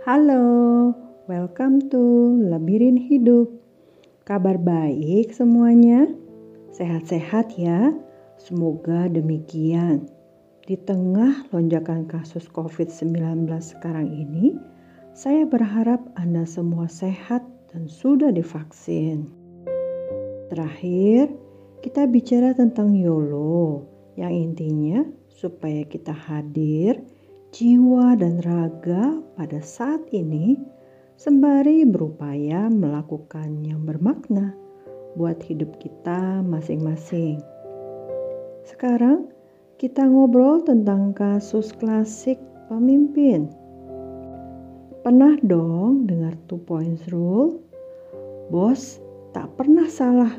Halo, welcome to Labirin Hidup. Kabar baik semuanya? Sehat-sehat ya? Semoga demikian. Di tengah lonjakan kasus COVID-19 sekarang ini, saya berharap Anda semua sehat dan sudah divaksin. Terakhir, kita bicara tentang YOLO, yang intinya supaya kita hadir jiwa dan raga pada saat ini sembari berupaya melakukan yang bermakna buat hidup kita masing-masing. Sekarang kita ngobrol tentang kasus klasik pemimpin. Pernah dong dengar 2 points rule? Bos tak pernah salah.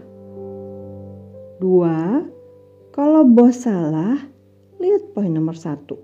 2, kalau bos salah, lihat poin nomor 1.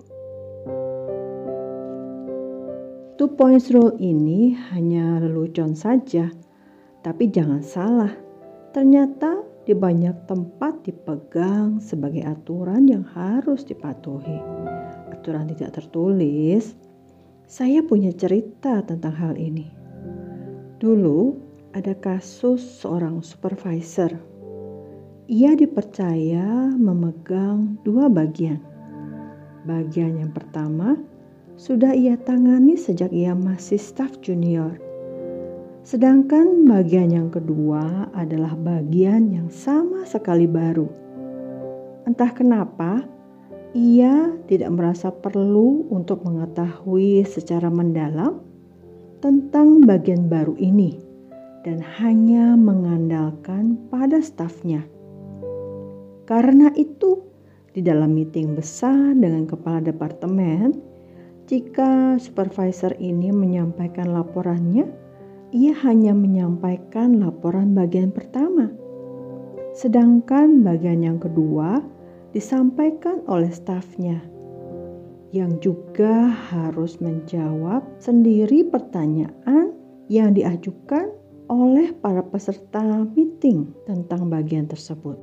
2 points rule ini hanya lelucon saja, tapi jangan salah. Ternyata di banyak tempat dipegang sebagai aturan yang harus dipatuhi. Aturan tidak tertulis. Saya punya cerita tentang hal ini. Dulu ada kasus seorang supervisor. Ia dipercaya memegang 2 bagian. Bagian yang pertama sudah ia tangani sejak ia masih staf junior. Sedangkan bagian yang kedua adalah bagian yang sama sekali baru. Entah kenapa, ia tidak merasa perlu untuk mengetahui secara mendalam tentang bagian baru ini dan hanya mengandalkan pada stafnya. Karena itu, di dalam meeting besar dengan kepala departemen, jika supervisor ini menyampaikan laporannya, ia hanya menyampaikan laporan bagian pertama. Sedangkan bagian yang kedua disampaikan oleh stafnya, yang juga harus menjawab sendiri pertanyaan yang diajukan oleh para peserta meeting tentang bagian tersebut.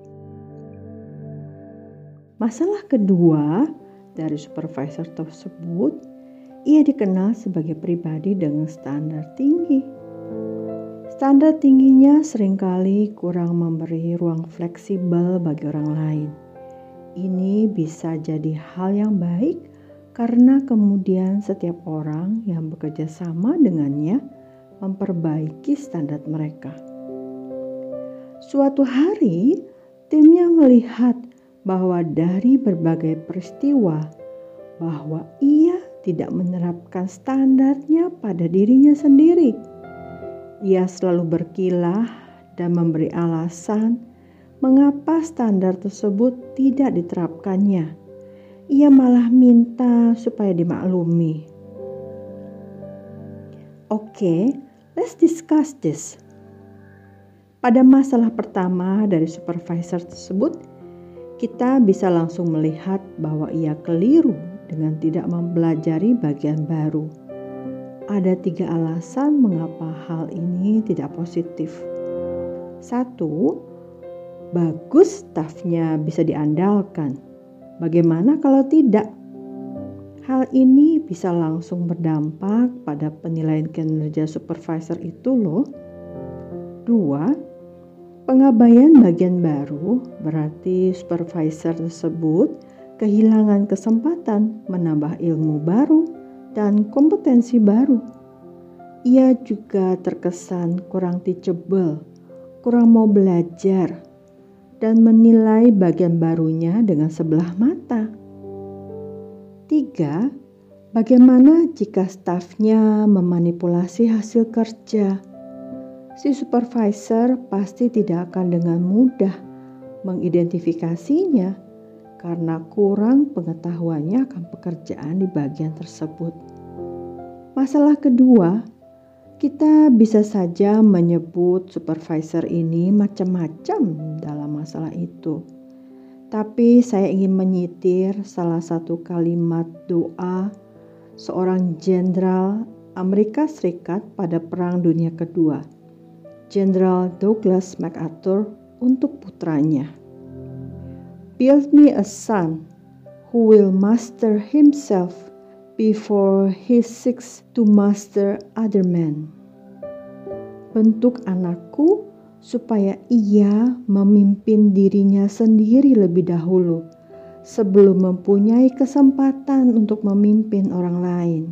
Masalah kedua dari supervisor tersebut, ia dikenal sebagai pribadi dengan standar tinggi. Standar tingginya seringkali kurang memberi ruang fleksibel bagi orang lain. Ini bisa jadi hal yang baik karena kemudian setiap orang yang bekerja sama dengannya memperbaiki standar mereka. Suatu hari, timnya melihat bahwa dari berbagai peristiwa bahwa ia tidak menerapkan standarnya pada dirinya sendiri. Ia selalu berkilah dan memberi alasan mengapa standar tersebut tidak diterapkannya. Ia malah minta supaya dimaklumi. Oke, let's discuss this. Pada masalah pertama dari supervisor tersebut, kita bisa langsung melihat bahwa ia keliru dengan tidak mempelajari bagian baru. Ada 3 alasan mengapa hal ini tidak positif. 1, bagus stafnya bisa diandalkan. Bagaimana kalau tidak? Hal ini bisa langsung berdampak pada penilaian kinerja supervisor itu loh. 2, pengabaian bagian baru berarti supervisor tersebut kehilangan kesempatan menambah ilmu baru dan kompetensi baru. Ia juga terkesan kurang teachable, kurang mau belajar, dan menilai bagian barunya dengan sebelah mata. 3, bagaimana jika stafnya memanipulasi hasil kerja? Si supervisor pasti tidak akan dengan mudah mengidentifikasinya karena kurang pengetahuannya akan pekerjaan di bagian tersebut. Masalah kedua, kita bisa saja menyebut supervisor ini macam-macam dalam masalah itu. Tapi saya ingin menyitir salah satu kalimat doa seorang jenderal Amerika Serikat pada Perang Dunia Kedua, Jenderal Douglas MacArthur, untuk putranya. Build me a son who will master himself before he seeks to master other men. Bentuk anakku supaya ia memimpin dirinya sendiri lebih dahulu sebelum mempunyai kesempatan untuk memimpin orang lain.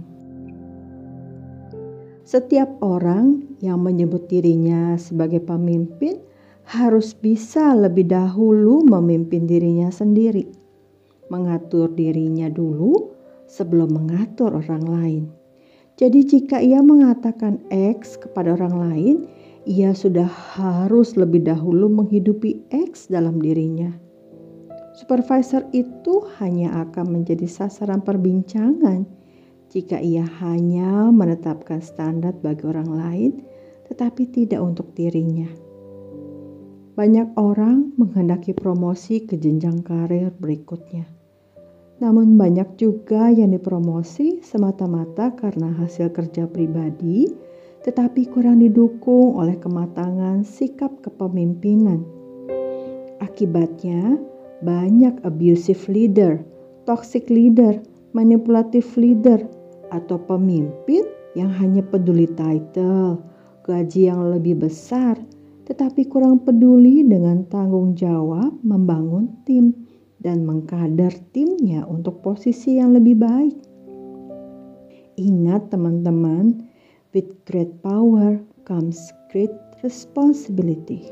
Setiap orang yang menyebut dirinya sebagai pemimpin harus bisa lebih dahulu memimpin dirinya sendiri, mengatur dirinya dulu sebelum mengatur orang lain. Jadi jika ia mengatakan X kepada orang lain, ia sudah harus lebih dahulu menghidupi X dalam dirinya. Supervisor itu hanya akan menjadi sasaran perbincangan jika ia hanya menetapkan standar bagi orang lain, tetapi tidak untuk dirinya. Banyak orang menghendaki promosi ke jenjang karir berikutnya. Namun banyak juga yang dipromosi semata-mata karena hasil kerja pribadi, tetapi kurang didukung oleh kematangan sikap kepemimpinan. Akibatnya, banyak abusive leader, toxic leader, manipulative leader, atau pemimpin yang hanya peduli title, gaji yang lebih besar, tetapi kurang peduli dengan tanggung jawab membangun tim dan mengkader timnya untuk posisi yang lebih baik. Ingat teman-teman, with great power comes great responsibility.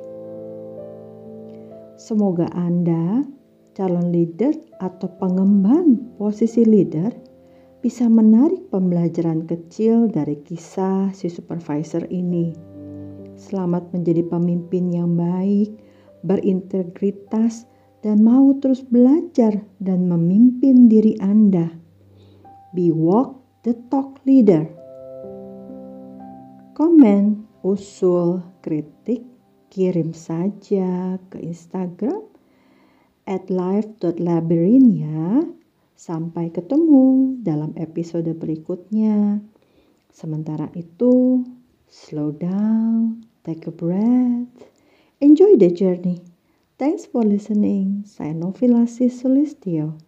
Semoga Anda, calon leader atau pengemban posisi leader, bisa menarik pembelajaran kecil dari kisah si supervisor ini. Selamat menjadi pemimpin yang baik, berintegritas, dan mau terus belajar dan memimpin diri Anda. Be walk the talk leader. Komen, usul, kritik, kirim saja ke Instagram @life.labyrinth ya. Sampai ketemu dalam episode berikutnya. Sementara itu, slow down, take a breath, enjoy the journey. Thanks for listening. Saya Novilasi Sulistyo.